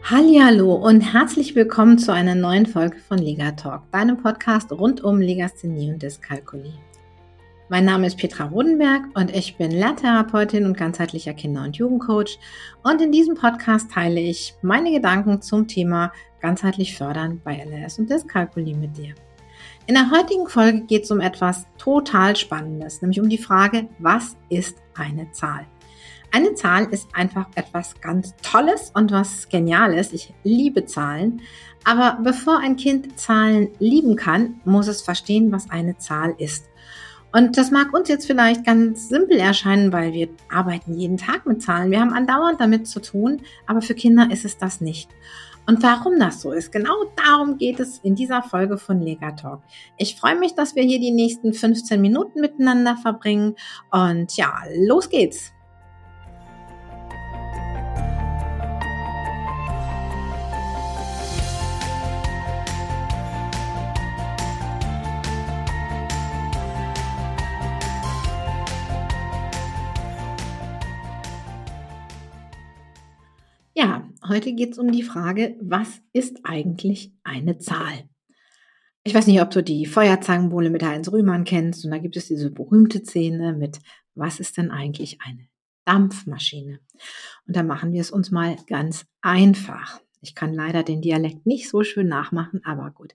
Hallihallo und herzlich willkommen zu einer neuen Folge von Legatalk, deinem Podcast rund um Legasthenie und Dyskalkulie. Mein Name ist Petra Rodenberg und ich bin Lerntherapeutin und ganzheitlicher Kinder- und Jugendcoach, und in diesem Podcast teile ich meine Gedanken zum Thema ganzheitlich fördern bei LRS und Dyskalkulie mit dir. In der heutigen Folge geht es um etwas total Spannendes, nämlich um die Frage, was ist eine Zahl? Eine Zahl ist einfach etwas ganz Tolles und was Geniales. Ich liebe Zahlen. Aber bevor ein Kind Zahlen lieben kann, muss es verstehen, was eine Zahl ist. Und das mag uns jetzt vielleicht ganz simpel erscheinen, weil wir arbeiten jeden Tag mit Zahlen. Wir haben andauernd damit zu tun, aber für Kinder ist es das nicht. Und warum das so ist, genau darum geht es in dieser Folge von Legatalk. Ich freue mich, dass wir hier die nächsten 15 Minuten miteinander verbringen. Und ja, los geht's. Ja, heute geht es um die Frage, was ist eigentlich eine Zahl? Ich weiß nicht, ob du die Feuerzangenbowle mit Heinz Rühmann kennst, und da gibt es diese berühmte Szene mit, was ist denn eigentlich eine Dampfmaschine? Und da machen wir es uns mal ganz einfach. Ich kann leider den Dialekt nicht so schön nachmachen, aber gut.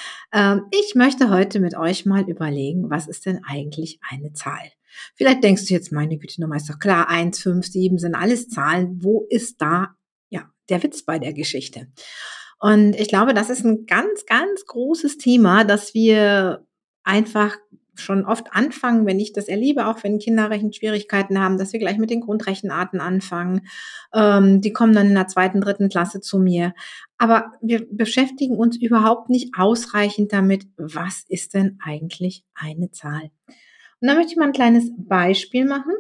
Ich möchte heute mit euch mal überlegen, was ist denn eigentlich eine Zahl? Vielleicht denkst du jetzt, meine Güte, nochmal ist doch klar, 1, 5, 7 sind alles Zahlen. Wo ist da der Witz bei der Geschichte? Und ich glaube, das ist ein ganz, ganz großes Thema, dass wir einfach schon oft anfangen, wenn ich das erlebe, auch wenn Kinder Rechenschwierigkeiten haben, dass wir gleich mit den Grundrechenarten anfangen. Die kommen dann in der 2., 3. Klasse zu mir. Aber wir beschäftigen uns überhaupt nicht ausreichend damit, was ist denn eigentlich eine Zahl? Und da möchte ich mal ein kleines Beispiel machen.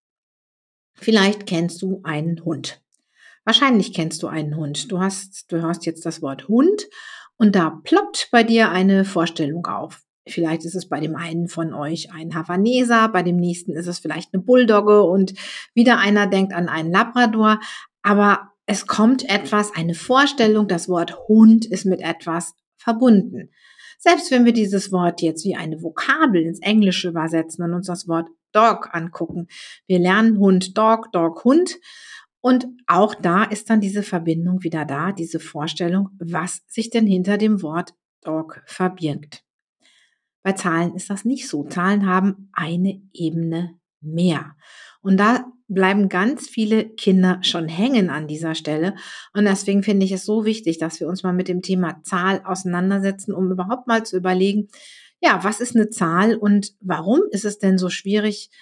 Vielleicht kennst du einen Hund. Wahrscheinlich kennst du einen Hund. Du hörst jetzt das Wort Hund und da ploppt bei dir eine Vorstellung auf. Vielleicht ist es bei dem einen von euch ein Havaneser, bei dem nächsten ist es vielleicht eine Bulldogge und wieder einer denkt an einen Labrador. Aber es kommt etwas, eine Vorstellung, das Wort Hund ist mit etwas verbunden. Selbst wenn wir dieses Wort jetzt wie eine Vokabel ins Englische übersetzen und uns das Wort Dog angucken. Wir lernen Hund, Dog, Dog, Hund. Und auch da ist dann diese Verbindung wieder da, diese Vorstellung, was sich denn hinter dem Wort Dog verbirgt. Bei Zahlen ist das nicht so. Zahlen haben eine Ebene mehr. Und da bleiben ganz viele Kinder schon hängen an dieser Stelle. Und deswegen finde ich es so wichtig, dass wir uns mal mit dem Thema Zahl auseinandersetzen, um überhaupt mal zu überlegen, ja, was ist eine Zahl und warum ist es denn so schwierig,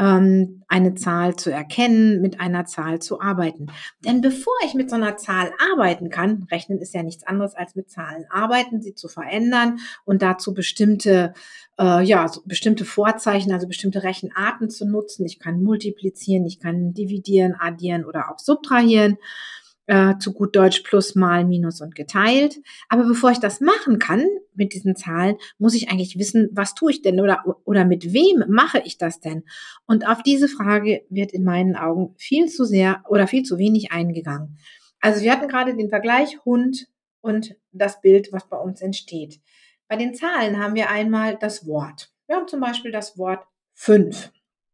eine Zahl zu erkennen, mit einer Zahl zu arbeiten. Denn bevor ich mit so einer Zahl arbeiten kann, rechnen ist ja nichts anderes als mit Zahlen arbeiten, sie zu verändern und dazu bestimmte bestimmte Vorzeichen, also bestimmte Rechenarten zu nutzen. Ich kann multiplizieren, ich kann dividieren, addieren oder auch subtrahieren. Zu gut Deutsch plus, mal, minus und geteilt. Aber bevor ich das machen kann mit diesen Zahlen, muss ich eigentlich wissen, was tue ich denn oder mit wem mache ich das denn? Und auf diese Frage wird in meinen Augen viel zu sehr oder viel zu wenig eingegangen. Also wir hatten gerade den Vergleich Hund und das Bild, was bei uns entsteht. Bei den Zahlen haben wir einmal das Wort. Wir haben zum Beispiel das Wort 5.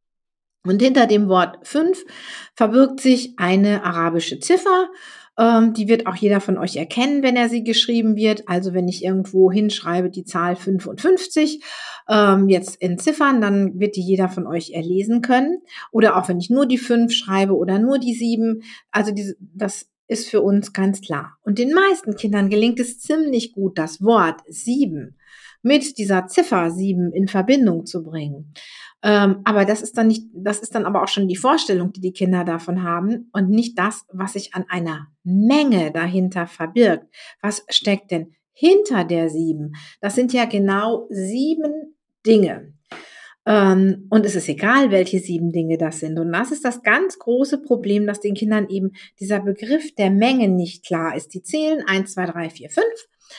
Und hinter dem Wort 5 verbirgt sich eine arabische Ziffer. Die wird auch jeder von euch erkennen, wenn er sie geschrieben wird. Also wenn ich irgendwo hinschreibe die Zahl 55, jetzt in Ziffern, dann wird die jeder von euch erlesen können. Oder auch wenn ich nur die 5 schreibe oder nur die 7. Also das ist für uns ganz klar. Und den meisten Kindern gelingt es ziemlich gut, das Wort 7 mit dieser Ziffer 7 in Verbindung zu bringen. Aber das ist dann aber auch schon die Vorstellung, die die Kinder davon haben und nicht das, was sich an einer Menge dahinter verbirgt. Was steckt denn hinter der 7? Das sind ja genau 7 Dinge. Und es ist egal, welche 7 Dinge das sind. Und das ist das ganz große Problem, dass den Kindern eben dieser Begriff der Menge nicht klar ist. Die zählen 1, 2, 3, 4, 5.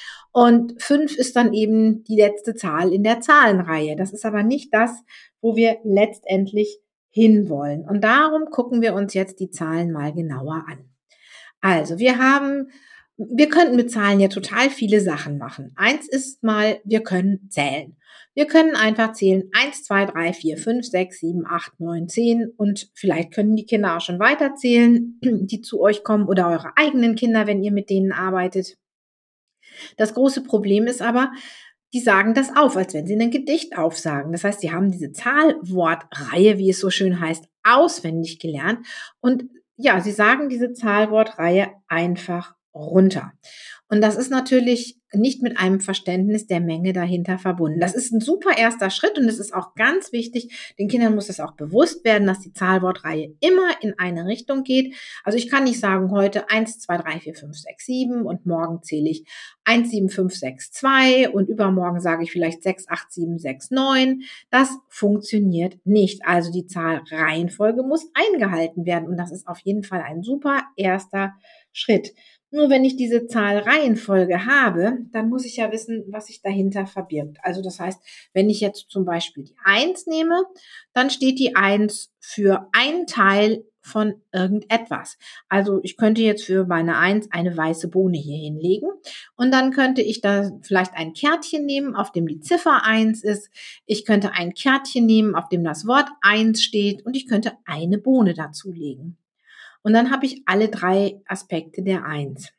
Und 5 ist dann eben die letzte Zahl in der Zahlenreihe. Das ist aber nicht das, wo wir letztendlich hinwollen. Und darum gucken wir uns jetzt die Zahlen mal genauer an. Also wir haben Wir könnten mit Zahlen ja total viele Sachen machen. Eins ist mal, wir können zählen. Wir können einfach zählen 1, 2, 3, 4, 5, 6, 7, 8, 9, 10 und vielleicht können die Kinder auch schon weiterzählen, die zu euch kommen oder eure eigenen Kinder, wenn ihr mit denen arbeitet. Das große Problem ist aber, die sagen das auf, als wenn sie ein Gedicht aufsagen. Das heißt, sie haben diese Zahlwortreihe, wie es so schön heißt, auswendig gelernt und ja, sie sagen diese Zahlwortreihe einfach runter. Und das ist natürlich nicht mit einem Verständnis der Menge dahinter verbunden. Das ist ein super erster Schritt und es ist auch ganz wichtig, den Kindern muss es auch bewusst werden, dass die Zahlwortreihe immer in eine Richtung geht. Also ich kann nicht sagen heute 1, 2, 3, 4, 5, 6, 7 und morgen zähle ich 1, 7, 5, 6, 2 und übermorgen sage ich vielleicht 6, 8, 7, 6, 9. Das funktioniert nicht. Also die Zahlreihenfolge muss eingehalten werden und das ist auf jeden Fall ein super erster Schritt. Nur wenn ich diese Zahlreihenfolge habe, dann muss ich ja wissen, was sich dahinter verbirgt. Also das heißt, wenn ich jetzt zum Beispiel die 1 nehme, dann steht die 1 für ein Teil von irgendetwas. Also ich könnte jetzt für meine 1 eine weiße Bohne hier hinlegen und dann könnte ich da vielleicht ein Kärtchen nehmen, auf dem die Ziffer 1 ist. Ich könnte ein Kärtchen nehmen, auf dem das Wort 1 steht und ich könnte eine Bohne dazulegen. Und dann habe ich alle 3 Aspekte der 1.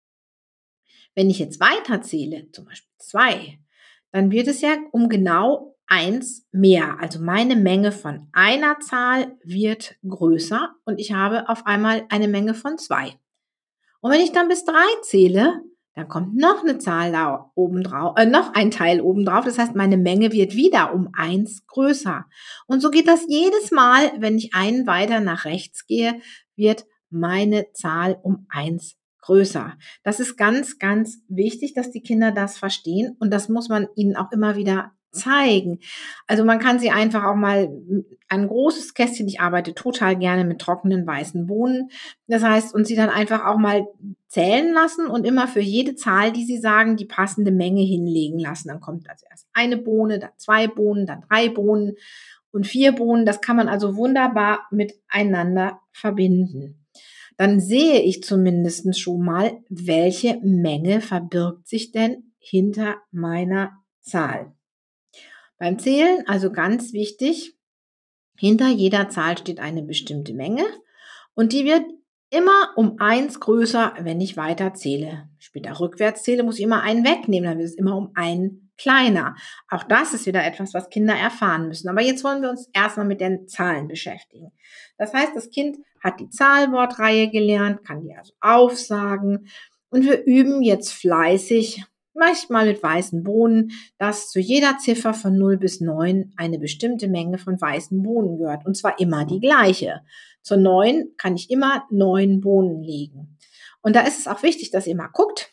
Wenn ich jetzt weiterzähle, zum Beispiel 2, dann wird es ja um genau 1 mehr. Also meine Menge von einer Zahl wird größer und ich habe auf einmal eine Menge von 2. Und wenn ich dann bis 3 zähle, dann kommt noch eine Zahl da oben drauf, noch ein Teil oben drauf. Das heißt, meine Menge wird wieder um 1 größer. Und so geht das jedes Mal, wenn ich einen weiter nach rechts gehe, wird meine Zahl um 1 größer. Das ist ganz, ganz wichtig, dass die Kinder das verstehen und das muss man ihnen auch immer wieder zeigen. Also man kann sie einfach auch mal ein großes Kästchen, ich arbeite total gerne mit trockenen weißen Bohnen, das heißt, und sie dann einfach auch mal zählen lassen und immer für jede Zahl, die sie sagen, die passende Menge hinlegen lassen. Dann kommt also erst eine Bohne, dann 2 Bohnen, dann 3 Bohnen und 4 Bohnen. Das kann man also wunderbar miteinander verbinden. Dann sehe ich zumindest schon mal, welche Menge verbirgt sich denn hinter meiner Zahl. Beim Zählen also ganz wichtig, hinter jeder Zahl steht eine bestimmte Menge und die wird immer um 1 größer, wenn ich weiter zähle. Später rückwärts zähle, muss ich immer einen wegnehmen, dann wird es immer um einen kleiner. Auch das ist wieder etwas, was Kinder erfahren müssen. Aber jetzt wollen wir uns erstmal mit den Zahlen beschäftigen. Das heißt, das Kind hat die Zahlwortreihe gelernt, kann die also aufsagen und wir üben jetzt fleißig, manchmal mit weißen Bohnen, dass zu jeder Ziffer von 0 bis 9 eine bestimmte Menge von weißen Bohnen gehört. Und zwar immer die gleiche. Zur 9 kann ich immer 9 Bohnen legen. Und da ist es auch wichtig, dass ihr mal guckt,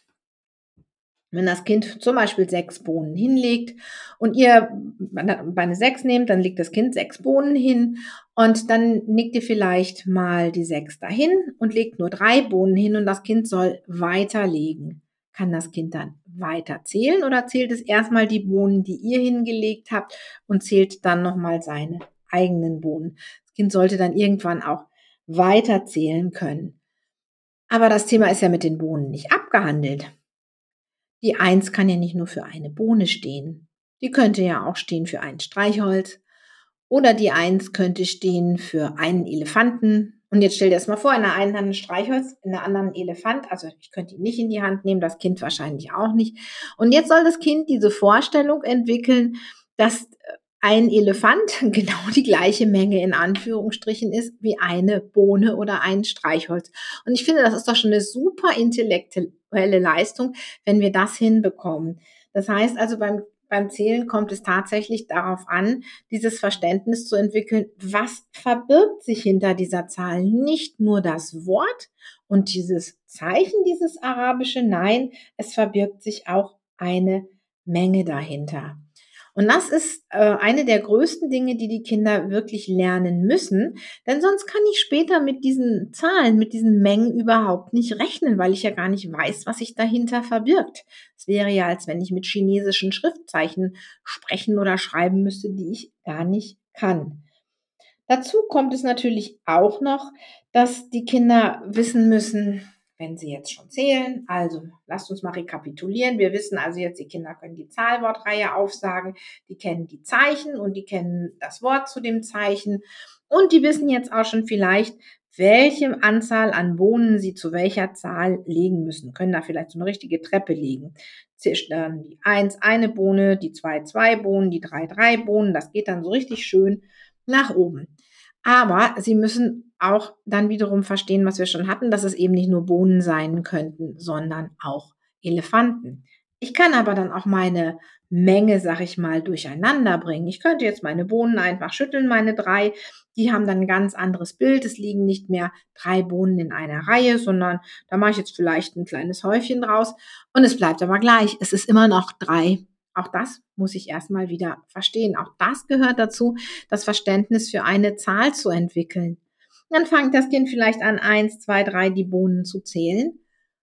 wenn das Kind zum Beispiel 6 Bohnen hinlegt und ihr bei eine 6 nehmt, dann legt das Kind 6 Bohnen hin und dann legt ihr vielleicht mal die 6 dahin und legt nur 3 Bohnen hin und das Kind soll weiterlegen. Kann das Kind dann weiter zählen oder zählt es erstmal die Bohnen, die ihr hingelegt habt und zählt dann nochmal seine eigenen Bohnen? Das Kind sollte dann irgendwann auch weiter zählen können. Aber das Thema ist ja mit den Bohnen nicht abgehandelt. Die 1 kann ja nicht nur für eine Bohne stehen. Die könnte ja auch stehen für ein Streichholz. Oder die 1 könnte stehen für einen Elefanten. Und jetzt stell dir das mal vor, in der einen Hand ein Streichholz, in der anderen ein Elefant. Also ich könnte ihn nicht in die Hand nehmen, das Kind wahrscheinlich auch nicht. Und jetzt soll das Kind diese Vorstellung entwickeln, dass ein Elefant genau die gleiche Menge in Anführungsstrichen ist wie eine Bohne oder ein Streichholz. Und ich finde, das ist doch schon eine super intellektuelle Leistung, wenn wir das hinbekommen. Das heißt also, beim Zählen kommt es tatsächlich darauf an, dieses Verständnis zu entwickeln, was verbirgt sich hinter dieser Zahl. Nicht nur das Wort und dieses Zeichen, dieses arabische, nein, es verbirgt sich auch eine Menge dahinter. Und das ist eine der größten Dinge, die die Kinder wirklich lernen müssen, denn sonst kann ich später mit diesen Zahlen, mit diesen Mengen überhaupt nicht rechnen, weil ich ja gar nicht weiß, was sich dahinter verbirgt. Es wäre ja, als wenn ich mit chinesischen Schriftzeichen sprechen oder schreiben müsste, die ich gar nicht kann. Dazu kommt es natürlich auch noch, dass die Kinder wissen müssen, wenn Sie jetzt schon zählen, also lasst uns mal rekapitulieren. Wir wissen also jetzt, die Kinder können die Zahlwortreihe aufsagen, die kennen die Zeichen und die kennen das Wort zu dem Zeichen und die wissen jetzt auch schon vielleicht, welche Anzahl an Bohnen sie zu welcher Zahl legen müssen. Können da vielleicht so eine richtige Treppe legen. Zischt dann die 1 eine Bohne, die 2 2 Bohnen, die 3 3 Bohnen. Das geht dann so richtig schön nach oben. Aber sie müssen auch dann wiederum verstehen, was wir schon hatten, dass es eben nicht nur Bohnen sein könnten, sondern auch Elefanten. Ich kann aber dann auch meine Menge, sag ich mal, durcheinander bringen. Ich könnte jetzt meine Bohnen einfach schütteln, meine 3. Die haben dann ein ganz anderes Bild. Es liegen nicht mehr 3 Bohnen in einer Reihe, sondern da mache ich jetzt vielleicht ein kleines Häufchen draus. Und es bleibt aber gleich. Es ist immer noch 3. Auch das muss ich erstmal wieder verstehen. Auch das gehört dazu, das Verständnis für eine Zahl zu entwickeln. Dann fängt das Kind vielleicht an, 1, 2, 3 die Bohnen zu zählen.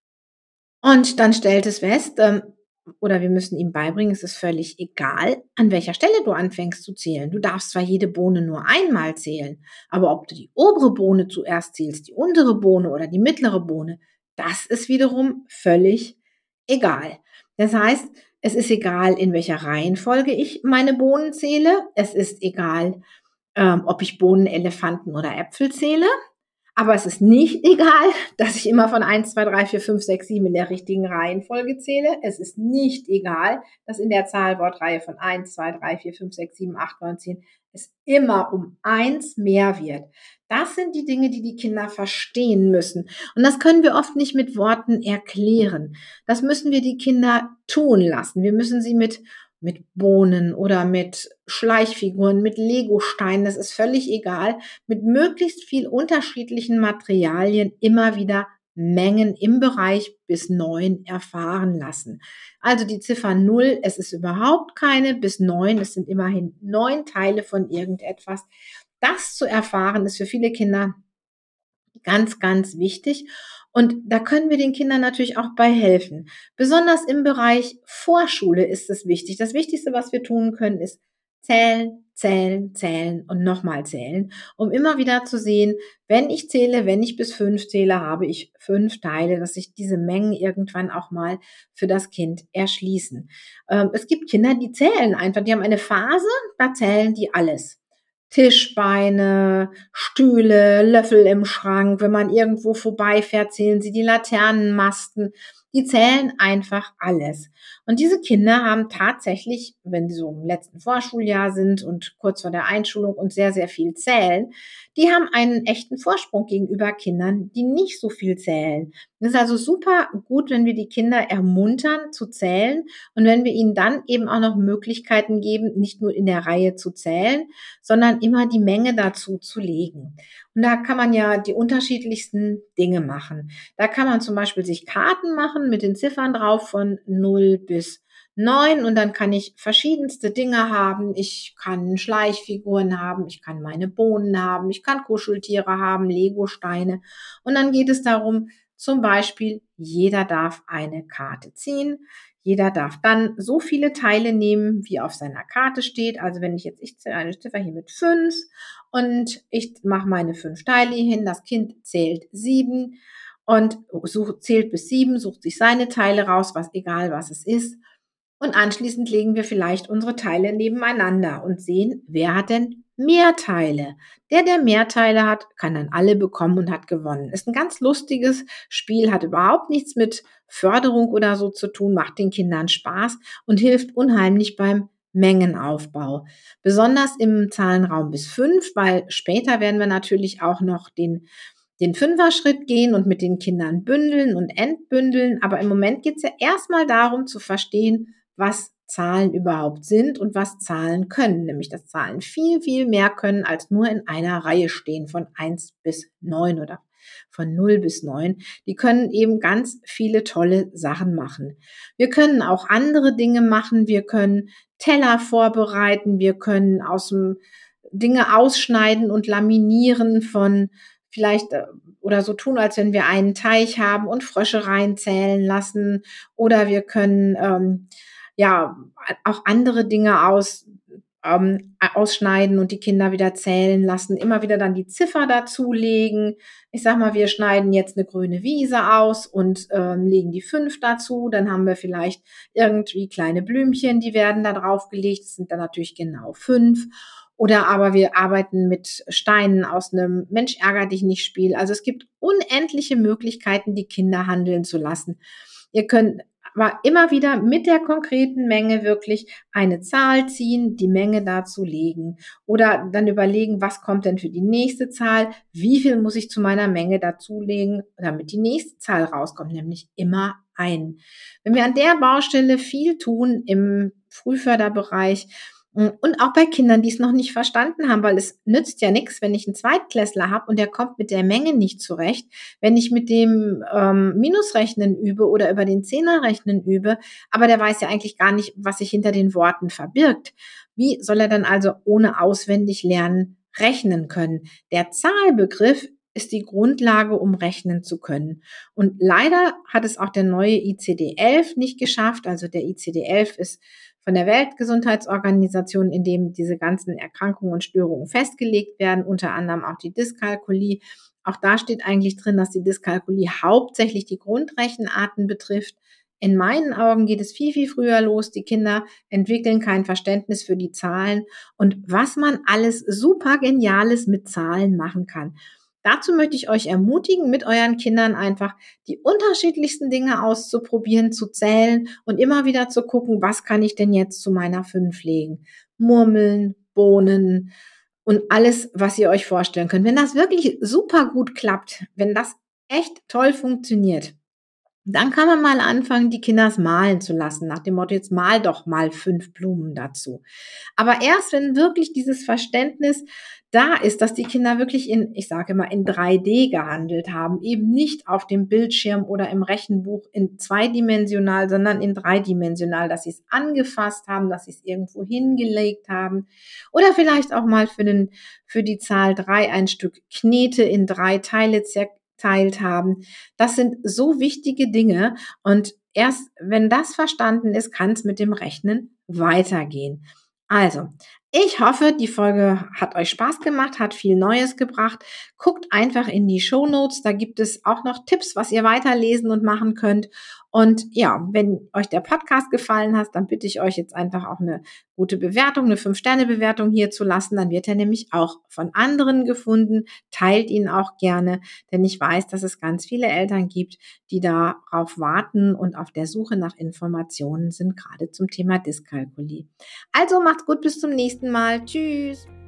Und dann stellt es fest, oder wir müssen ihm beibringen, es ist völlig egal, an welcher Stelle du anfängst zu zählen. Du darfst zwar jede Bohne nur einmal zählen, aber ob du die obere Bohne zuerst zählst, die untere Bohne oder die mittlere Bohne, das ist wiederum völlig egal. Das heißt, es ist egal, in welcher Reihenfolge ich meine Bohnen zähle. Es ist egal, ob ich Bohnen, Elefanten oder Äpfel zähle. Aber es ist nicht egal, dass ich immer von 1, 2, 3, 4, 5, 6, 7 in der richtigen Reihenfolge zähle. Es ist nicht egal, dass in der Zahlwortreihe von 1, 2, 3, 4, 5, 6, 7, 8, 9, 10 es immer um 1 mehr wird. Das sind die Dinge, die die Kinder verstehen müssen. Und das können wir oft nicht mit Worten erklären. Das müssen wir die Kinder tun lassen. Wir müssen sie mit Bohnen oder mit Schleichfiguren, mit Legosteinen, das ist völlig egal, mit möglichst viel unterschiedlichen Materialien immer wieder Mengen im Bereich bis 9 erfahren lassen. Also die Ziffer 0, es ist überhaupt keine, bis 9, es sind immerhin 9 Teile von irgendetwas. Das zu erfahren ist für viele Kinder ganz, ganz wichtig. Und da können wir den Kindern natürlich auch bei helfen. Besonders im Bereich Vorschule ist es wichtig. Das Wichtigste, was wir tun können, ist zählen, zählen, zählen und nochmal zählen, um immer wieder zu sehen, wenn ich zähle, wenn ich bis 5 zähle, habe ich 5 Teile, dass sich diese Mengen irgendwann auch mal für das Kind erschließen. Es gibt Kinder, die zählen einfach, die haben eine Phase, da zählen die alles. Tischbeine, Stühle, Löffel im Schrank. Wenn man irgendwo vorbeifährt, zählen sie die Laternenmasten. Die zählen einfach alles. Und diese Kinder haben tatsächlich, wenn sie so im letzten Vorschuljahr sind und kurz vor der Einschulung und sehr, sehr viel zählen, die haben einen echten Vorsprung gegenüber Kindern, die nicht so viel zählen. Es ist also super gut, wenn wir die Kinder ermuntern zu zählen und wenn wir ihnen dann eben auch noch Möglichkeiten geben, nicht nur in der Reihe zu zählen, sondern immer die Menge dazu zu legen. Und da kann man ja die unterschiedlichsten Dinge machen. Da kann man zum Beispiel sich Karten machen mit den Ziffern drauf von 0 bis 9 und dann kann ich verschiedenste Dinge haben. Ich kann Schleichfiguren haben, ich kann meine Bohnen haben, ich kann Kuscheltiere haben, Legosteine. Und dann geht es darum, zum Beispiel, jeder darf eine Karte ziehen. Jeder darf dann so viele Teile nehmen, wie auf seiner Karte steht. Also wenn ich zähle eine Ziffer hier mit 5 und ich mache meine 5 Teile hier hin, das Kind zählt 7 und zählt bis 7, sucht sich seine Teile raus, egal was es ist. Und anschließend legen wir vielleicht unsere Teile nebeneinander und sehen, wer hat denn mehr Teile. Der mehr Teile hat, kann dann alle bekommen und hat gewonnen. Ist ein ganz lustiges Spiel, hat überhaupt nichts mit Förderung oder so zu tun, macht den Kindern Spaß und hilft unheimlich beim Mengenaufbau. Besonders im Zahlenraum bis 5, weil später werden wir natürlich auch noch den Fünfer-Schritt gehen und mit den Kindern bündeln und entbündeln. Aber im Moment geht es ja erstmal darum zu verstehen, was Zahlen überhaupt sind und was Zahlen können. Nämlich, dass Zahlen viel, viel mehr können, als nur in einer Reihe stehen von 1 bis 9 oder von 0 bis 9. Die können eben ganz viele tolle Sachen machen. Wir können auch andere Dinge machen. Wir können Teller vorbereiten. Wir können Dinge ausschneiden und laminieren von vielleicht oder so tun, als wenn wir einen Teich haben und Frösche reinzählen lassen. Oder wir können ja auch andere Dinge ausschneiden und die Kinder wieder zählen lassen, immer wieder dann die Ziffer dazulegen. Ich sage mal, wir schneiden jetzt eine grüne Wiese aus und legen die 5 dazu. Dann haben wir vielleicht irgendwie kleine Blümchen, die werden da draufgelegt. Das sind dann natürlich genau 5. Oder aber wir arbeiten mit Steinen aus einem Mensch ärger dich nicht Spiel. Also es gibt unendliche Möglichkeiten, die Kinder handeln zu lassen. Ihr könnt aber immer wieder mit der konkreten Menge wirklich eine Zahl ziehen, die Menge dazu legen oder dann überlegen, was kommt denn für die nächste Zahl, wie viel muss ich zu meiner Menge dazulegen, damit die nächste Zahl rauskommt, nämlich immer ein. Wenn wir an der Baustelle viel tun im Frühförderbereich, und auch bei Kindern, die es noch nicht verstanden haben, weil es nützt ja nichts, wenn ich einen Zweitklässler habe und der kommt mit der Menge nicht zurecht. Wenn ich mit dem Minusrechnen übe oder über den Zehnerrechnen übe, aber der weiß ja eigentlich gar nicht, was sich hinter den Worten verbirgt. Wie soll er dann also ohne auswendig lernen rechnen können? Der Zahlbegriff ist die Grundlage, um rechnen zu können. Und leider hat es auch der neue ICD-11 nicht geschafft. Also der ICD-11 ist von der Weltgesundheitsorganisation, in dem diese ganzen Erkrankungen und Störungen festgelegt werden, unter anderem auch die Dyskalkulie. Auch da steht eigentlich drin, dass die Dyskalkulie hauptsächlich die Grundrechenarten betrifft. In meinen Augen geht es viel, viel früher los. Die Kinder entwickeln kein Verständnis für die Zahlen und was man alles super Geniales mit Zahlen machen kann. Dazu möchte ich euch ermutigen, mit euren Kindern einfach die unterschiedlichsten Dinge auszuprobieren, zu zählen und immer wieder zu gucken, was kann ich denn jetzt zu meiner 5 legen? Murmeln, Bohnen und alles, was ihr euch vorstellen könnt. Wenn das wirklich super gut klappt, wenn das echt toll funktioniert, dann kann man mal anfangen, die Kinders malen zu lassen, nach dem Motto, jetzt mal doch mal 5 Blumen dazu. Aber erst, wenn wirklich dieses Verständnis da ist, dass die Kinder wirklich ich sage immer, in 3D gehandelt haben, eben nicht auf dem Bildschirm oder im Rechenbuch in zweidimensional, sondern in dreidimensional, dass sie es angefasst haben, dass sie es irgendwo hingelegt haben oder vielleicht auch mal für die Zahl 3 ein Stück Knete in 3 Teile zerteilt haben. Das sind so wichtige Dinge und erst wenn das verstanden ist, kann es mit dem Rechnen weitergehen. Also, ich hoffe, die Folge hat euch Spaß gemacht, hat viel Neues gebracht. Guckt einfach in die Shownotes, da gibt es auch noch Tipps, was ihr weiterlesen und machen könnt. Und ja, wenn euch der Podcast gefallen hat, dann bitte ich euch jetzt einfach auch eine gute Bewertung, eine 5-Sterne-Bewertung hier zu lassen. Dann wird er nämlich auch von anderen gefunden. Teilt ihn auch gerne, denn ich weiß, dass es ganz viele Eltern gibt, die darauf warten und auf der Suche nach Informationen sind, gerade zum Thema Dyskalkulie. Also macht's gut, bis zum nächsten Mal. Tschüss.